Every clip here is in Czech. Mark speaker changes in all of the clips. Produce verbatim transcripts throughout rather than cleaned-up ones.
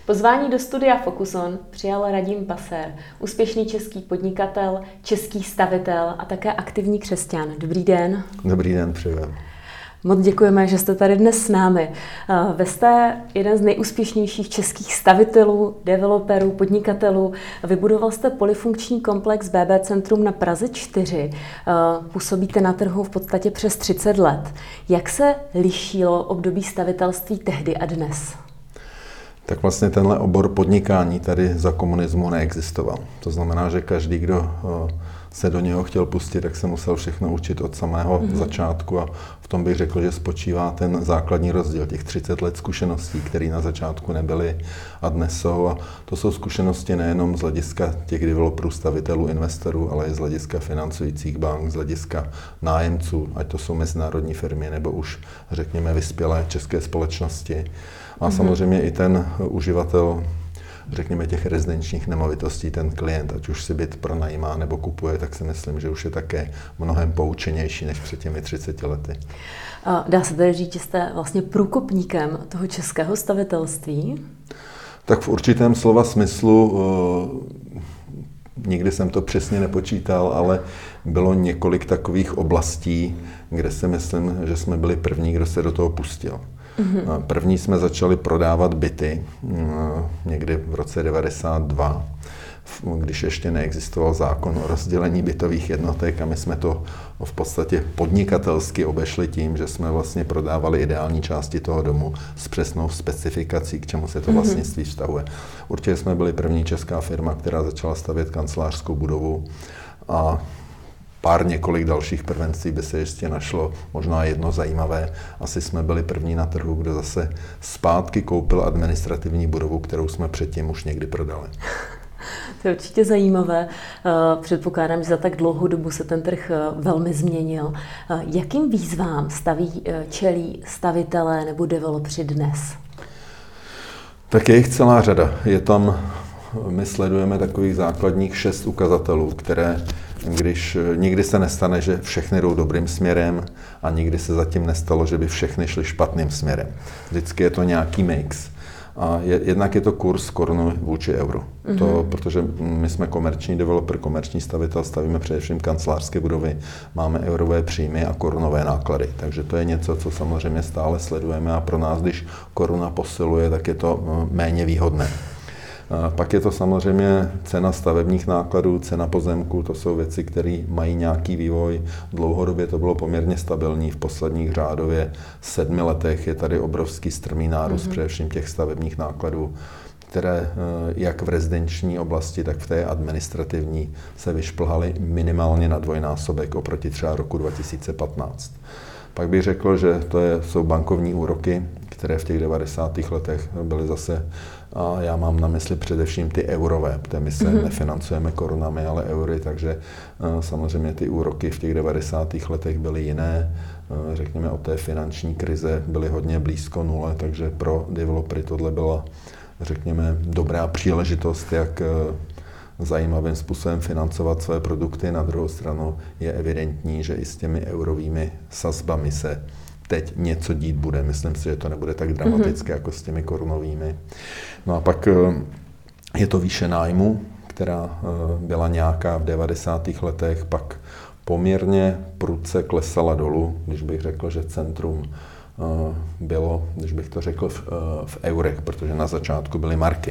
Speaker 1: Pozvání do studia Focus On přijal Radim Passer, úspěšný český podnikatel, český stavitel a také aktivní křesťan. Dobrý den.
Speaker 2: Dobrý den, přeju.
Speaker 1: Moc děkujeme, že jste tady dnes s námi. Vy jste jeden z nejúspěšnějších českých stavitelů, developerů, podnikatelů. Vybudoval jste polyfunkční komplex bé bé Centrum na Praze čtyři. Působíte na trhu v podstatě přes třicet let. Jak se lišilo období stavitelství tehdy a dnes?
Speaker 2: Tak vlastně tenhle obor podnikání tady za komunismu neexistoval. To znamená, že každý, kdo se do něho chtěl pustit, tak se musel všechno učit od samého mm-hmm. začátku a v tom bych řekl, že spočívá ten základní rozdíl, těch třicet let zkušeností, které na začátku nebyly a dnes jsou. A to jsou zkušenosti nejenom z hlediska těch developerů, stavitelů, investorů, ale i z hlediska financujících bank, z hlediska nájemců, ať to jsou mezinárodní firmy nebo už, řekněme, vyspělé české společnosti. A mm-hmm. samozřejmě i ten uživatel, řekněme, těch rezidenčních nemovitostí, ten klient, ať už si byt pronajímá nebo kupuje, tak si myslím, že už je také mnohem poučenější než před těmi třiceti lety.
Speaker 1: Dá se tedy říct, že jste vlastně průkopníkem toho českého stavitelství?
Speaker 2: Tak v určitém slova smyslu, nikdy jsem to přesně nepočítal, ale bylo několik takových oblastí, kde si myslím, že jsme byli první, kdo se do toho pustil. Mm-hmm. První jsme začali prodávat byty někdy v roce devadesát dva, když ještě neexistoval zákon o rozdělení bytových jednotek a my jsme to v podstatě podnikatelsky obešli tím, že jsme vlastně prodávali ideální části toho domu s přesnou specifikací, k čemu se to vlastnictví vztahuje. Určitě jsme byli první česká firma, která začala stavět kancelářskou budovu a pár několik dalších prvenství by se ještě našlo, možná jedno zajímavé. Asi jsme byli první na trhu, kdo zase zpátky koupil administrativní budovu, kterou jsme předtím už někdy prodali.
Speaker 1: To je určitě zajímavé. Předpokládám, že za tak dlouhou dobu se ten trh velmi změnil. Jakým výzvám staví, čelí stavitelé nebo developři dnes?
Speaker 2: Tak je jich celá řada. Je tam, my sledujeme takových základních šest ukazatelů, které když nikdy se nestane, že všechny jdou dobrým směrem a nikdy se zatím nestalo, že by všechny šly špatným směrem. Vždycky je to nějaký mix. A je, jednak je to kurz koruny vůči euru. Mm-hmm. To, protože my jsme komerční developer, komerční stavitel, stavíme především kancelářské budovy, máme eurové příjmy a korunové náklady. Takže to je něco, co samozřejmě stále sledujeme a pro nás, když koruna posiluje, tak je to méně výhodné. Pak je to samozřejmě cena stavebních nákladů, cena pozemku, to jsou věci, které mají nějaký vývoj. Dlouhodobě to bylo poměrně stabilní, v posledních řádově sedmi letech je tady obrovský strmý nárůst, mm-hmm. především těch stavebních nákladů, které jak v rezidenční oblasti, tak v té administrativní se vyšplhaly minimálně na dvojnásobek oproti třeba roku dva tisíce patnáct. Pak bych řekl, že to je, jsou bankovní úroky, které v těch devadesátých letech byly zase, a já mám na mysli především ty eurové, protože my se mm-hmm. nefinancujeme korunami, ale eury, takže samozřejmě ty úroky v těch devadesátých letech byly jiné. Řekněme, od té finanční krize byly hodně blízko nule, takže pro developery tohle byla, řekněme, dobrá příležitost, jak zajímavým způsobem financovat své produkty. Na druhou stranu je evidentní, že i s těmi eurovými sazbami se teď něco dít bude. Myslím si, že to nebude tak dramatické mm-hmm. jako s těmi korunovými. No a pak je to výše nájmu, která byla nějaká v devadesátých letech, pak poměrně prudce klesala dolů, když bych řekl, že centrum bylo, když bych to řekl, v, v eurech, protože na začátku byly marky.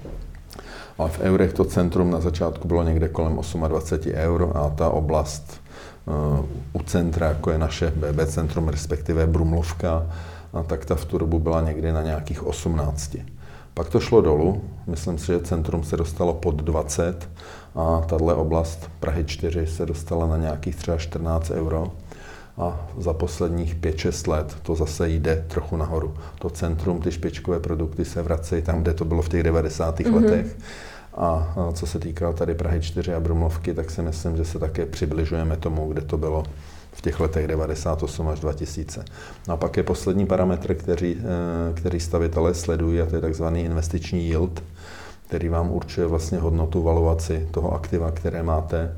Speaker 2: Ale v eurech to centrum na začátku bylo někde kolem dvacet osm eur a ta oblast uh, u centra, jako je naše bé bé Centrum, respektive Brumlovka, a tak ta v tu dobu byla někdy na nějakých osmnácti. Pak to šlo dolů, myslím si, že centrum se dostalo pod dvacet a tahle oblast Prahy čtyři se dostala na nějakých třeba čtrnáct euro. A za posledních pět šest let to zase jde trochu nahoru. To centrum, ty špičkové produkty se vracejí tam, kde to bylo v těch devadesátých mm-hmm. letech. A co se týká tady Prahy čtyři a Brumlovky, tak si myslím, že se také přibližujeme tomu, kde to bylo v těch letech devadesát osm až dva tisíce. No a pak je poslední parametr, který, který stavitelé sledují, a to je takzvaný investiční yield, který vám určuje vlastně hodnotu valuaci toho aktiva, které máte.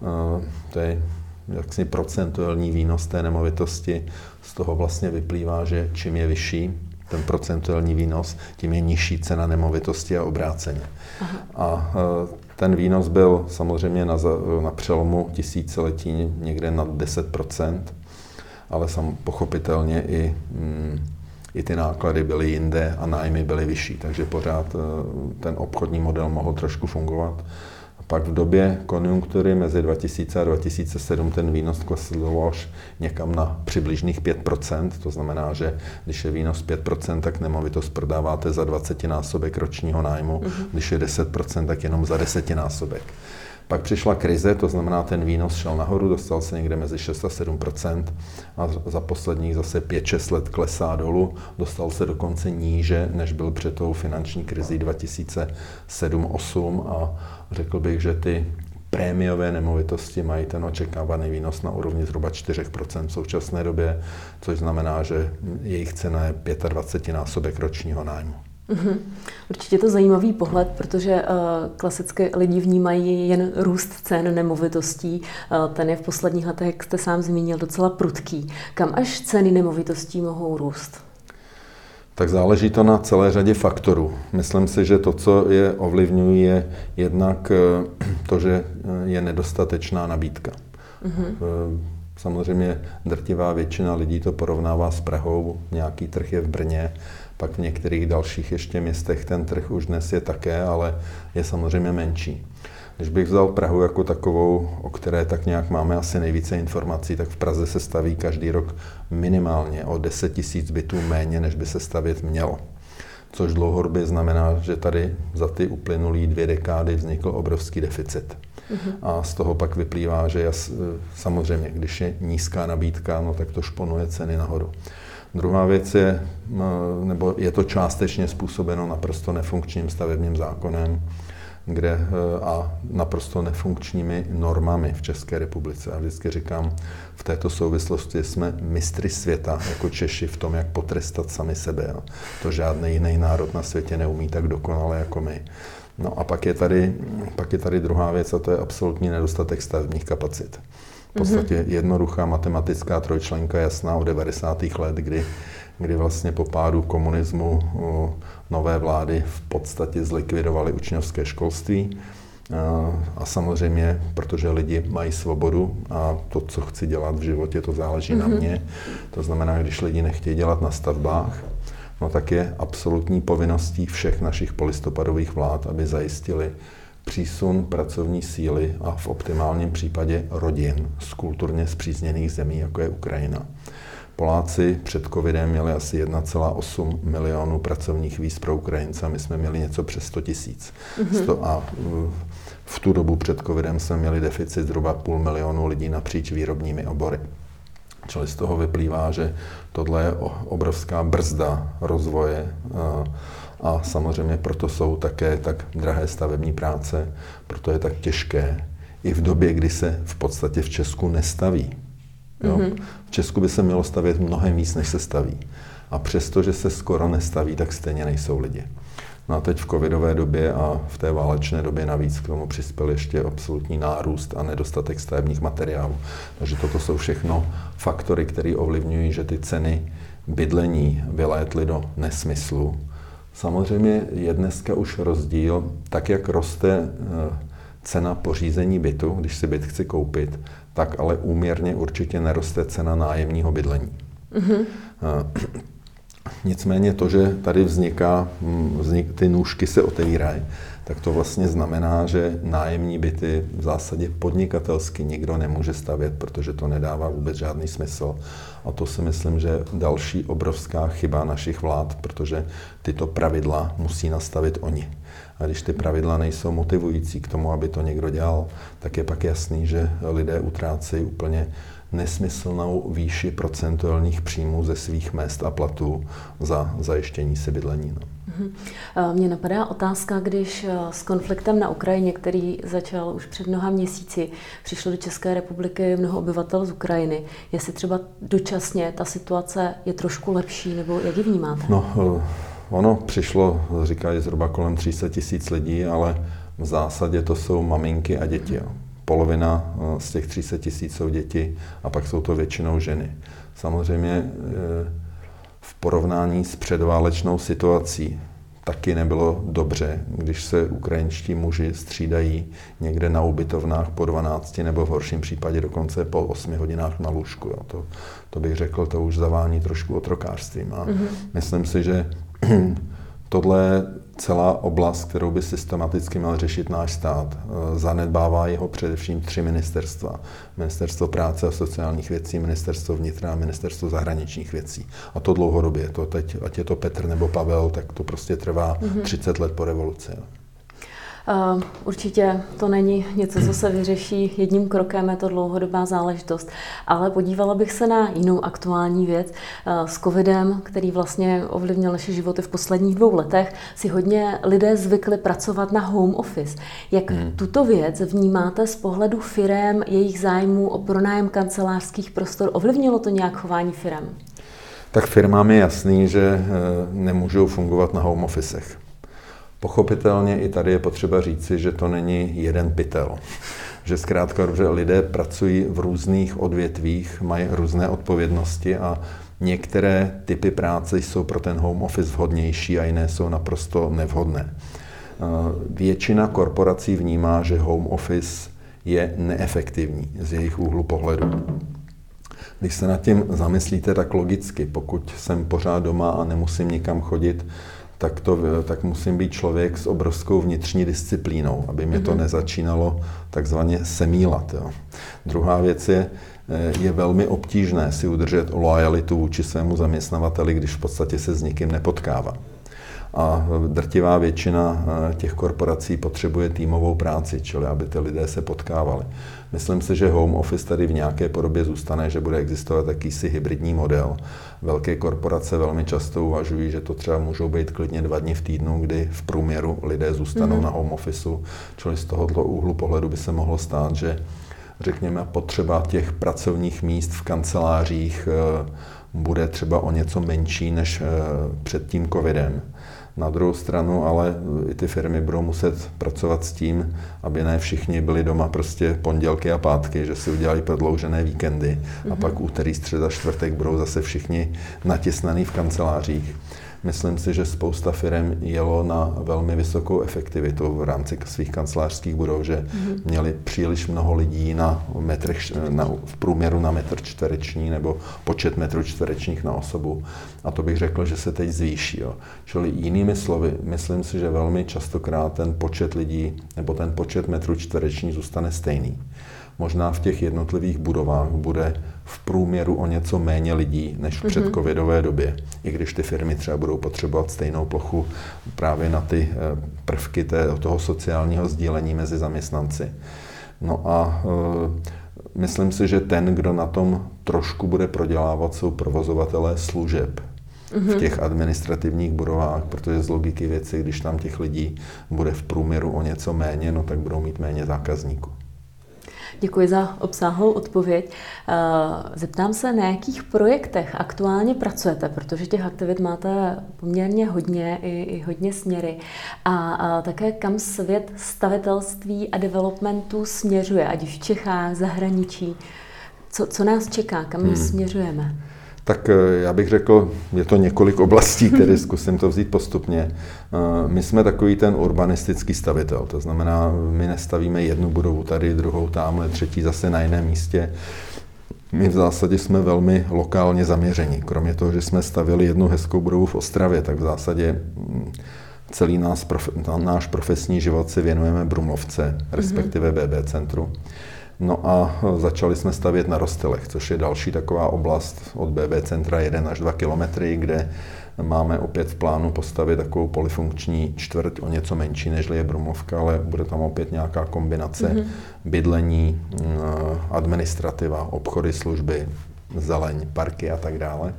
Speaker 2: To je jaksi procentuální výnos té nemovitosti. Z toho vlastně vyplývá, že čím je vyšší ten procentuální výnos, tím je nižší cena nemovitosti a obráceně. Aha. A ten výnos byl samozřejmě na, na přelomu tisíciletí někde nad deset procent, ale sam pochopitelně i, mm, i ty náklady byly jinde a nájmy byly vyšší, takže pořád ten obchodní model mohl trošku fungovat. Pak v době konjunktury mezi dva tisíce a dva tisíce sedm ten výnos klesl až někam na přibližných pět procent. To znamená, že když je výnos pět procent, tak nemovitost prodáváte za dvacetinásobek ročního nájmu. Mm-hmm. Když je deset procent, tak jenom za desetinásobek. Pak přišla krize, to znamená, ten výnos šel nahoru, dostal se někde mezi šest a sedm procent a za posledních zase pět šest let klesá dolů, dostal se dokonce níže, než byl před tou finanční krizí dva tisíce sedm osm a řekl bych, že ty prémiové nemovitosti mají ten očekávaný výnos na úrovni zhruba čtyři procenta v současné době, což znamená, že jejich cena je dvacetinásobek ročního nájmu.
Speaker 1: Uhum. Určitě je to zajímavý pohled, protože uh, klasicky lidi vnímají jen růst cen nemovitostí. Uh, ten je v posledních letech, jak jste sám zmínil, docela prudký. Kam až ceny nemovitostí mohou růst?
Speaker 2: Tak záleží to na celé řadě faktorů. Myslím si, že to, co je ovlivňuje, je jednak to, že je nedostatečná nabídka. Uhum. Samozřejmě drtivá většina lidí to porovnává s Prahou, nějaký trh je v Brně, pak v některých dalších ještě městech ten trh už dnes je také, ale je samozřejmě menší. Když bych vzal Prahu jako takovou, o které tak nějak máme asi nejvíce informací, tak v Praze se staví každý rok minimálně o deset tisíc bytů méně, než by se stavět mělo. Což dlouhodobě znamená, že tady za ty uplynulé dvě dekády vznikl obrovský deficit. Mm-hmm. A z toho pak vyplývá, že jas, samozřejmě, když je nízká nabídka, no tak to šponuje ceny nahoru. Druhá věc je, nebo je to částečně způsobeno naprosto nefunkčním stavebním zákonem, kde a naprosto nefunkčními normami v České republice. A vždycky říkám, v této souvislosti jsme mistry světa jako Češi v tom, jak potrestat sami sebe. To žádný jiný národ na světě neumí tak dokonale jako my. No a pak je tady, pak je tady druhá věc a to je absolutní nedostatek stavebních kapacit. V podstatě jednoduchá matematická trojčlenka jasná od devadesátých let, kdy, kdy vlastně po pádu komunismu o, nové vlády v podstatě zlikvidovaly učňovské školství. A, a samozřejmě, protože lidi mají svobodu a to, co chci dělat v životě, to záleží mm-hmm. na mě. To znamená, když lidi nechtějí dělat na stavbách, no tak je absolutní povinností všech našich polistopadových vlád, aby zajistili přísun pracovní síly a v optimálním případě rodin z kulturně spřízněných zemí, jako je Ukrajina. Poláci před covidem měli asi jedna celá osm milionu pracovních víz pro Ukrajince a my jsme měli něco přes sto tisíc. Mm-hmm. A v tu dobu před covidem jsme měli deficit zhruba půl milionu lidí napříč výrobními obory. Čili z toho vyplývá, že tohle je obrovská brzda rozvoje a samozřejmě proto jsou také tak drahé stavební práce, proto je tak těžké i v době, kdy se v podstatě v Česku nestaví. Jo? Mm-hmm. V Česku by se mělo stavět mnohem víc, než se staví. A přesto, že se skoro nestaví, tak stejně nejsou lidi. No a teď v covidové době a v té válečné době navíc k tomu přispěl ještě absolutní nárůst a nedostatek stavebních materiálů. Takže toto jsou všechno faktory, které ovlivňují, že ty ceny bydlení vylétly do nesmyslu. Samozřejmě je dneska už rozdíl, tak jak roste cena pořízení bytu, když si byt chci koupit, tak ale úměrně určitě neroste cena nájemního bydlení. Mm-hmm. Nicméně to, že tady vzniká, vznik, ty nůžky se otevírají, tak to vlastně znamená, že nájemní byty v zásadě podnikatelsky nikdo nemůže stavět, protože to nedává vůbec žádný smysl. A to si myslím, že je další obrovská chyba našich vlád, protože tyto pravidla musí nastavit oni. A když ty pravidla nejsou motivující k tomu, aby to někdo dělal, tak je pak jasný, že lidé utrácejí úplně nesmyslnou výši procentuálních příjmů ze svých mezd a platů za zajištění si bydlení. No.
Speaker 1: Mně napadá otázka, když s konfliktem na Ukrajině, který začal už před mnoha měsíci, přišlo do České republiky mnoho obyvatel z Ukrajiny, jestli třeba dočasně ta situace je trošku lepší, nebo jak ji vnímáte?
Speaker 2: No, ono přišlo, říkají zhruba kolem tři sta tisíc lidí, ale v zásadě to jsou maminky a děti. Jo. Polovina z těch tři sta tisíc jsou děti a pak jsou to většinou ženy. Samozřejmě v porovnání s předválečnou situací taky nebylo dobře, když se ukrajinští muži střídají někde na ubytovnách po dvanácti nebo v horším případě dokonce po osmi hodinách na lůžku. Jo. To, to bych řekl, to už zavání trošku otrokářstvím. A mm-hmm. myslím si, že tohle je celá oblast, kterou by systematicky měl řešit náš stát. Zanedbává jeho především tři ministerstva. Ministerstvo práce a sociálních věcí, Ministerstvo vnitra a Ministerstvo zahraničních věcí. A to dlouhodobě. To teď, ať je to Petr nebo Pavel, tak to prostě trvá mm-hmm. třicet let po revoluci.
Speaker 1: Uh, určitě to není něco, co se vyřeší jedním krokem, je to dlouhodobá záležitost. Ale podívala bych se na jinou aktuální věc. Uh, s covidem, který vlastně ovlivnil naše životy v posledních dvou letech, si hodně lidé zvykli pracovat na home office. Jak hmm. tuto věc vnímáte z pohledu firem, jejich zájmů o pronájem kancelářských prostor? Ovlivnilo to nějak chování firem?
Speaker 2: Tak firmám je jasný, že nemůžou fungovat na home officech. Pochopitelně i tady je potřeba říci, že to není jeden pytel. Že zkrátka dobře lidé pracují v různých odvětvích, mají různé odpovědnosti a některé typy práce jsou pro ten home office vhodnější a jiné jsou naprosto nevhodné. Většina korporací vnímá, že home office je neefektivní z jejich úhlu pohledu. Když se nad tím zamyslíte, tak logicky, pokud jsem pořád doma a nemusím nikam chodit, tak, to, tak musím být člověk s obrovskou vnitřní disciplínou, aby mě to nezačínalo takzvaně semílat. Jo. Druhá věc je, je velmi obtížné si udržet loajalitu vůči svému zaměstnavateli, když v podstatě se s nikým nepotkává. A drtivá většina těch korporací potřebuje týmovou práci, čili aby ty lidé se potkávali. Myslím si, že home office tady v nějaké podobě zůstane, že bude existovat jakýsi hybridní model. Velké korporace velmi často uvažují, že to třeba můžou být klidně dva dny v týdnu, kdy v průměru lidé zůstanou mm-hmm. na home officeu, čili z tohoto úhlu pohledu by se mohlo stát, že řekněme potřeba těch pracovních míst v kancelářích bude třeba o něco menší než před tím covidem. Na druhou stranu ale i ty firmy budou muset pracovat s tím, aby ne všichni byli doma prostě pondělky a pátky, že si udělají prodloužené víkendy mm-hmm. a pak úterý, středa, čtvrtek budou zase všichni natěsnaný v kancelářích. Myslím si, že spousta firem jelo na velmi vysokou efektivitu v rámci svých kancelářských budov, že mm-hmm. měli příliš mnoho lidí na metrech, na, v průměru na metr čtvereční nebo počet metrů čtverečních na osobu. A to bych řekl, že se teď zvýší. Jo. Čili jinými slovy, myslím si, že velmi častokrát ten počet lidí nebo ten počet metrů čtverečních zůstane stejný. Možná v těch jednotlivých budovách bude v průměru o něco méně lidí než v předcovidové době, i když ty firmy třeba budou potřebovat stejnou plochu právě na ty prvky té, toho sociálního sdílení mezi zaměstnanci. No a e, myslím si, že ten, kdo na tom trošku bude prodělávat, jsou provozovatelé služeb v těch administrativních budovách, protože z logiky věci, když tam těch lidí bude v průměru o něco méně, no tak budou mít méně zákazníků.
Speaker 1: Děkuji za obsáhlou odpověď. Zeptám se, na jakých projektech aktuálně pracujete, protože těch aktivit máte poměrně hodně, i, i hodně směry. A, a také kam svět stavitelství a developmentu směřuje, ať už v Čechách, zahraničí. Co, co nás čeká, kam hmm. směřujeme?
Speaker 2: Tak já bych řekl, je to několik oblastí, které zkusím to vzít postupně. My jsme takový ten urbanistický stavitel, to znamená, my nestavíme jednu budovu tady, druhou tamhle, třetí zase na jiném místě. My v zásadě jsme velmi lokálně zaměření. Kromě toho, že jsme stavěli jednu hezkou budovu v Ostravě, tak v zásadě celý náš, prof, náš profesní život si věnujeme Brumlovce, respektive bé bé centru. No a začali jsme stavět na Rostelech, což je další taková oblast od bé bé centra jedna až dva kilometry, kde máme opět v plánu postavit takovou polyfunkční čtvrť, o něco menší, než je Brumlovka, ale bude tam opět nějaká kombinace mm-hmm. bydlení, administrativa, obchody, služby, zeleň, parky a tak dále.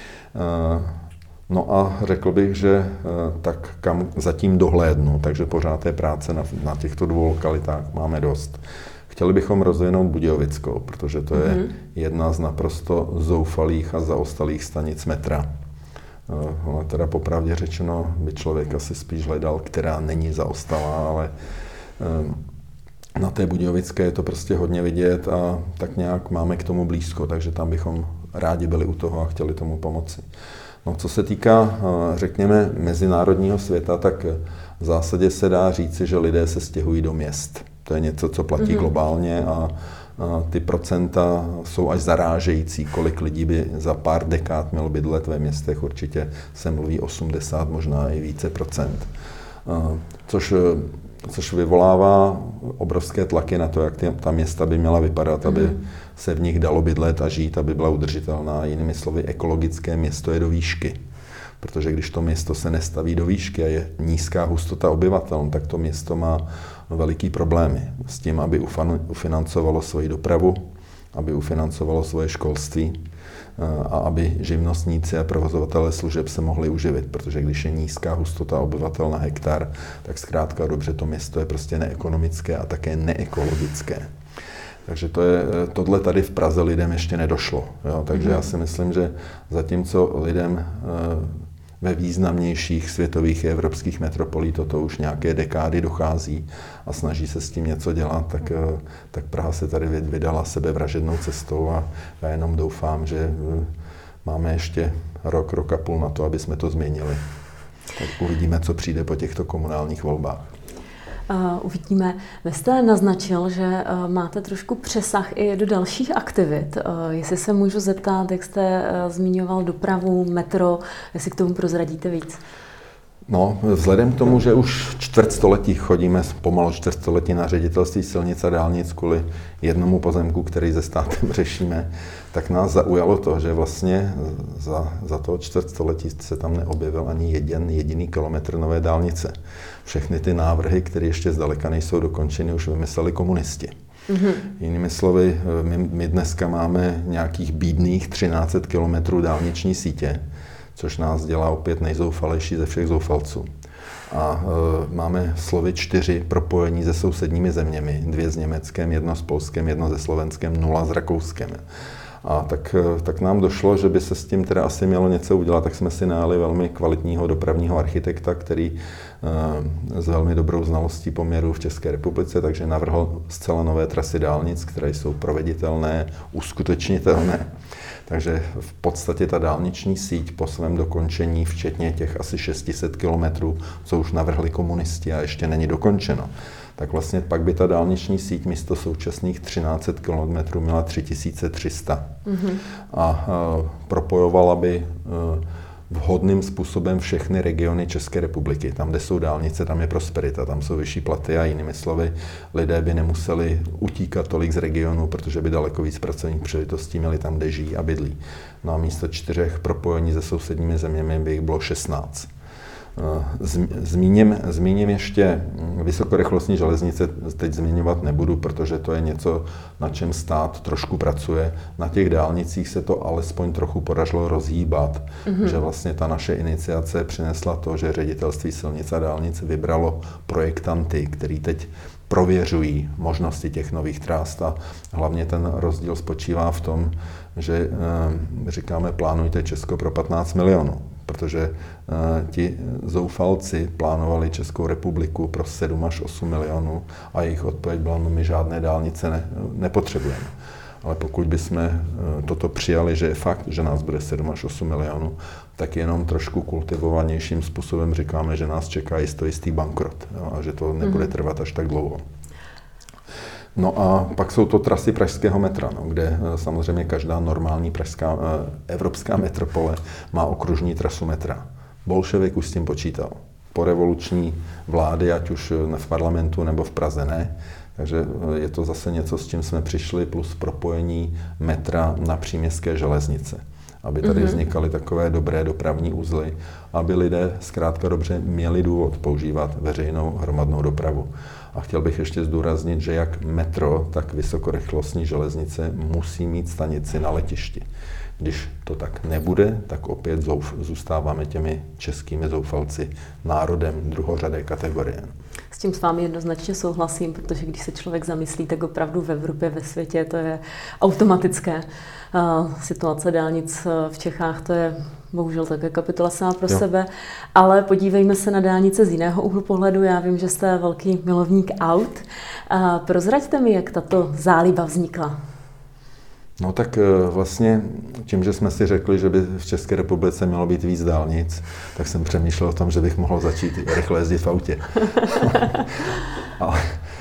Speaker 2: No a řekl bych, že tak kam zatím dohlédnu, takže pořád té práce na, na těchto dvou lokalitách máme dost. Chtěli bychom rozvinout Budějovickou, protože to je mm-hmm. jedna z naprosto zoufalých a zaostalých stanic metra. Ale teda popravdě řečeno by člověk asi spíš hledal, která není zaostalá, ale na té Budějovické je to prostě hodně vidět a tak nějak máme k tomu blízko, takže tam bychom rádi byli u toho a chtěli tomu pomoci. No, co se týká, řekněme, mezinárodního světa, tak v zásadě se dá říci, že lidé se stěhují do měst. To je něco, co platí mm-hmm. globálně a, a ty procenta jsou až zarážející, kolik lidí by za pár dekád mělo bydlet ve městech. Určitě se mluví osmdesát, možná i více procent. A, což, což vyvolává obrovské tlaky na to, jak ty, ta města by měla vypadat, mm-hmm. aby se v nich dalo bydlet a žít, aby byla udržitelná. Jinými slovy, ekologické město je do výšky. Protože když to město se nestaví do výšky a je nízká hustota obyvatel, tak to město má veliký problémy s tím, aby ufinancovalo svoji dopravu, aby ufinancovalo svoje školství a aby živnostníci a provozovatelé služeb se mohli uživit. Protože když je nízká hustota obyvatel na hektar, tak zkrátka dobře to město je prostě neekonomické a také neekologické. Takže to je, tohle tady v Praze lidem ještě nedošlo. Jo? Takže mm-hmm. já si myslím, že zatímco lidem ve významnějších světových i evropských metropolí toto už nějaké dekády dochází a snaží se s tím něco dělat, tak, tak Praha se tady vydala sebevražednou cestou a já jenom doufám, že máme ještě rok, rok a půl na to, aby jsme to změnili. Tak uvidíme, co přijde po těchto komunálních volbách.
Speaker 1: Uh, uvidíme. Vy jste naznačil, že uh, máte trošku přesah i do dalších aktivit. Uh, jestli se můžu zeptat, jak jste uh, zmiňoval dopravu, metro, jestli k tomu prozradíte víc?
Speaker 2: No, vzhledem k tomu, že už čtvrtstoletí chodíme, pomalu čtvrtstoletí na ředitelství silnic a dálnic kvůli jednomu pozemku, který se státem řešíme, tak nás zaujalo to, že vlastně za, za toho čtvrtstoletí se tam neobjevil ani jeden jediný kilometr nové dálnice. Všechny ty návrhy, které ještě zdaleka nejsou dokončeny, už vymysleli komunisti. Mm-hmm. Jinými slovy, my, my dneska máme nějakých bídných třináct set kilometrů dálniční sítě, což nás dělá opět nejzoufalejší ze všech zoufalců. A e, máme slovy čtyři propojení se sousedními zeměmi, dvě s Německem, jedno s Polskem, jedno se Slovenskem, nula s Rakouskem. A tak, tak nám došlo, že by se s tím teda asi mělo něco udělat, tak jsme si najali velmi kvalitního dopravního architekta, který e, s velmi dobrou znalostí poměrů v České republice, takže navrhl zcela nové trasy dálnic, které jsou proveditelné, uskutečnitelné. Takže v podstatě ta dálniční síť po svém dokončení, včetně těch asi šest set kilometrů, co už navrhli komunisti a ještě není dokončeno, tak vlastně pak by ta dálniční síť místo současných třináct set kilometrů měla tři tisíce tři sta. Mm-hmm. A, a propojovala by a, vhodným způsobem všechny regiony České republiky. Tam, kde jsou dálnice, tam je prosperita, tam jsou vyšší platy a jinými slovy, lidé by nemuseli utíkat tolik z regionu, protože by daleko víc pracovních příležitostí měli tam, kde žijí a bydlí. No a místo čtyřech propojení se sousedními zeměmi by jich bylo šestnáct. Zmíním, zmíním ještě vysokorychlostní železnice, teď zmiňovat nebudu, protože to je něco, na čem stát trošku pracuje. Na těch dálnicích se to alespoň trochu podařilo rozhýbat, mm-hmm. že vlastně ta naše iniciace přinesla to, že ředitelství silnic a dálnic vybralo projektanty, který teď prověřují možnosti těch nových tras a hlavně ten rozdíl spočívá v tom, že e, říkáme plánujte Česko pro patnáct milionů, protože e, ti zoufalci plánovali Českou republiku pro sedm až osm milionů a jejich odpověď byla, no my žádné dálnice ne, nepotřebujeme. Ale pokud bychom e, toto přijali, že je fakt, že nás bude sedm až osm milionů, tak jenom trošku kultivovanějším způsobem říkáme, že nás čeká jisto jistý bankrot, jo, a že to nebude trvat až tak dlouho. No a pak jsou to trasy pražského metra, no, kde samozřejmě každá normální pražská, evropská metropole má okružní trasu metra. Bolševik už s tím počítal. Po revoluční vlády, ať už v parlamentu nebo v Praze ne, takže je to zase něco, s čím jsme přišli, plus propojení metra na příměstské železnice. Aby tady vznikaly takové dobré dopravní uzly, aby lidé zkrátka dobře měli důvod používat veřejnou hromadnou dopravu. A chtěl bych ještě zdůraznit, že jak metro, tak vysokorychlostní železnice musí mít stanici na letišti. Když to tak nebude, tak opět zouf, zůstáváme těmi českými zoufalci národem druhořadé kategorie.
Speaker 1: S tím s vámi jednoznačně souhlasím, protože když se člověk zamyslí, tak opravdu v Evropě, ve světě to je automatické. Situace dálnic v Čechách, to je bohužel také kapitola sama pro jo. sebe, ale podívejme se na dálnice z jiného úhlu pohledu. Já vím, že jste velký milovník aut. Prozraďte mi, jak tato záliba vznikla.
Speaker 2: No tak vlastně tím, že jsme si řekli, že by v České republice mělo být víc dálnic, tak jsem přemýšlel o tom, že bych mohl začít rychle jezdit v autě. Ale,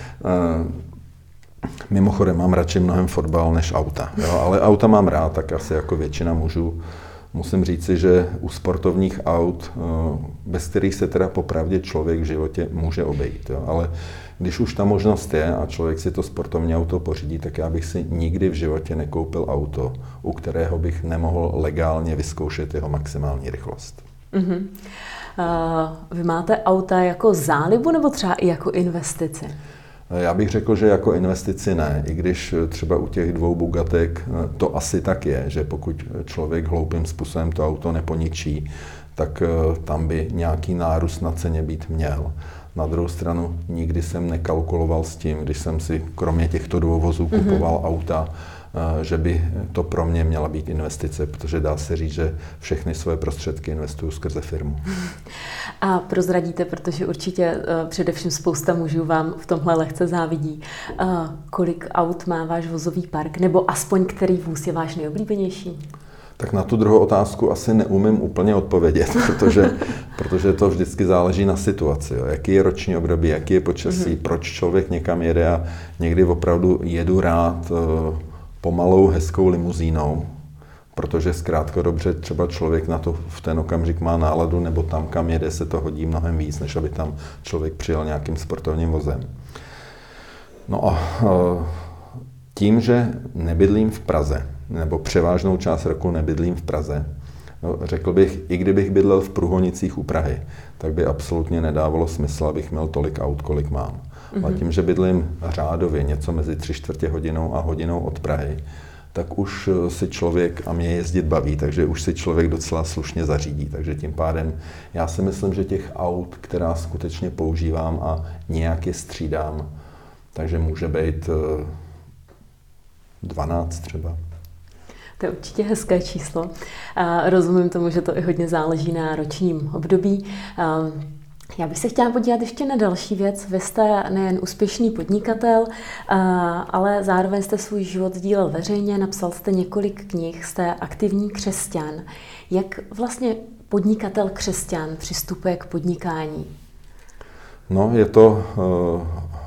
Speaker 2: mimochodem mám radši mnohem fotbal než auta, jo? Ale auta mám rád, tak asi jako většina mužů. Musím říci, že u sportovních aut, bez kterých se teda popravdě člověk v životě může obejít, jo? Ale když už ta možnost je a člověk si to sportovní auto pořídí, tak já bych si nikdy v životě nekoupil auto, u kterého bych nemohl legálně vyzkoušet jeho maximální rychlost.
Speaker 1: Uh-huh. Uh, vy máte auta jako zálibu nebo třeba i jako investici?
Speaker 2: Já bych řekl, že jako investici ne, i když třeba u těch dvou Bugatek to asi tak je, že pokud člověk hloupým způsobem to auto neponičí, tak tam by nějaký nárůst na ceně být měl. Na druhou stranu nikdy jsem nekalkuloval s tím, když jsem si kromě těchto dvou vozů kupoval mm-hmm. auta, že by to pro mě měla být investice, protože dá se říct, že všechny své prostředky investuju skrze firmu.
Speaker 1: A prozradíte, protože určitě především spousta mužů vám v tomhle lehce závidí. Kolik aut má váš vozový park, nebo aspoň který vůz je váš nejoblíbenější?
Speaker 2: Tak na tu druhou otázku asi neumím úplně odpovědět, protože, protože to vždycky záleží na situaci. Jo. Jaký je roční období, jaký je počasí, mm-hmm. proč člověk někam jede a někdy opravdu jedu rád uh, pomalou, hezkou limuzínou, protože zkrátka dobře třeba člověk na to v ten okamžik má náladu, nebo tam, kam jede, se to hodí mnohem víc, než aby tam člověk přijel nějakým sportovním vozem. No a uh, tím, že nebydlím v Praze, nebo převážnou část roku nebydlím v Praze, no, řekl bych, i kdybych bydlel v Průhonicích u Prahy, tak by absolutně nedávalo smysl, abych měl tolik aut, kolik mám. Mm-hmm. A tím, že bydlím řádově něco mezi tři čtvrtě hodinou a hodinou od Prahy, tak už si člověk, a mě jezdit baví, takže už si člověk docela slušně zařídí. Takže tím pádem já si myslím, že těch aut, která skutečně používám a nějak je střídám, takže může být dvanáct třeba.
Speaker 1: To je určitě hezké číslo. Rozumím tomu, že to i hodně záleží na ročním období. Já bych se chtěla podívat ještě na další věc. Vy jste nejen úspěšný podnikatel, ale zároveň jste svůj život sdílel veřejně, napsal jste několik knih, jste aktivní křesťan. Jak vlastně podnikatel křesťan přistupuje k podnikání?
Speaker 2: No, je to uh,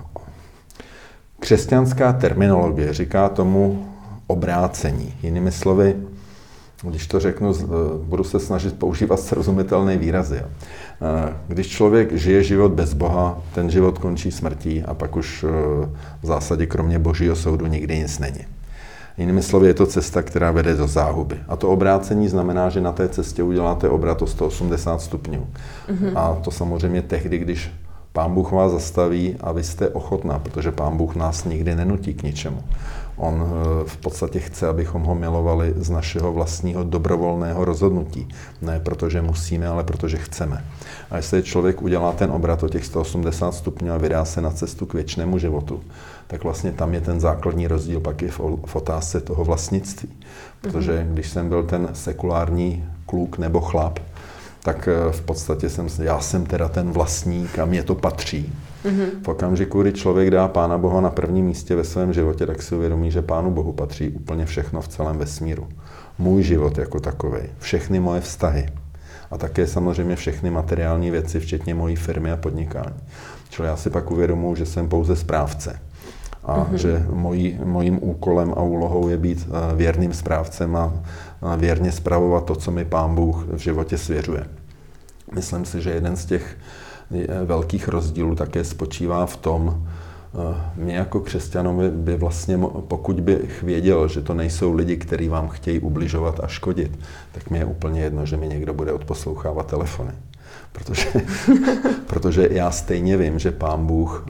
Speaker 2: křesťanská terminologie, říká tomu obrácení. Jinými slovy, když to řeknu, budu se snažit používat srozumitelné výrazy. Když člověk žije život bez Boha, ten život končí smrtí a pak už v zásadě kromě Božího soudu nikdy nic není. Jinými slovy, je to cesta, která vede do záhuby. A to obrácení znamená, že na té cestě uděláte obrat o sto osmdesát stupňů. Mm-hmm. A to samozřejmě tehdy, když Pán Bůh vás zastaví a vy jste ochotná, protože Pán Bůh nás nikdy nenutí k ničemu. On v podstatě chce, abychom ho milovali z našeho vlastního dobrovolného rozhodnutí. Ne protože musíme, ale protože chceme. A jestli člověk udělá ten obrat o těch sto osmdesát stupňů a vydá se na cestu k věčnému životu, tak vlastně tam je ten základní rozdíl pak i v otázce toho vlastnictví. Protože když jsem byl ten sekulární kluk nebo chlap, tak v podstatě jsem, já jsem teda ten vlastník a mě to patří. Mm-hmm. V okamžiku, kdy člověk dá Pána Boha na prvním místě ve svém životě, tak si uvědomí, že Pánu Bohu patří úplně všechno v celém vesmíru. Můj život jako takový, všechny moje vztahy a také samozřejmě všechny materiální věci, včetně mojí firmy a podnikání. Čili já si pak uvědomuji, že jsem pouze správce a mm-hmm. že mojí, mojím úkolem a úlohou je být věrným správcem a věrně spravovat to, co mi Pán Bůh v životě svěřuje. Myslím si, že jeden z těch velkých rozdílů také spočívá v tom, mě jako křesťanovi by vlastně, pokud bych věděl, že to nejsou lidi, kteří vám chtějí ubližovat a škodit, tak mi je úplně jedno, že mi někdo bude odposlouchávat telefony. Protože, protože já stejně vím, že Pán Bůh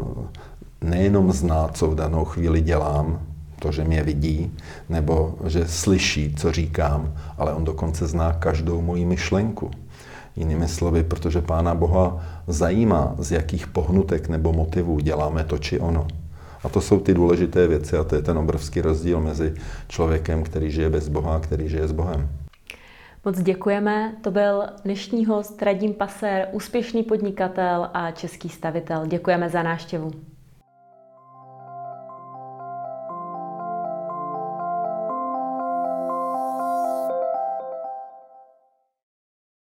Speaker 2: nejenom zná, co v danou chvíli dělám, to, že mě vidí, nebo že slyší, co říkám, ale on dokonce zná každou moji myšlenku. Jinými slovy, protože Pána Boha zajímá, z jakých pohnutek nebo motivů děláme to či ono. A to jsou ty důležité věci a to je ten obrovský rozdíl mezi člověkem, který žije bez Boha a který žije s Bohem.
Speaker 1: Moc děkujeme. To byl dnešní host Radim Passer, úspěšný podnikatel a český stavitel. Děkujeme za návštěvu.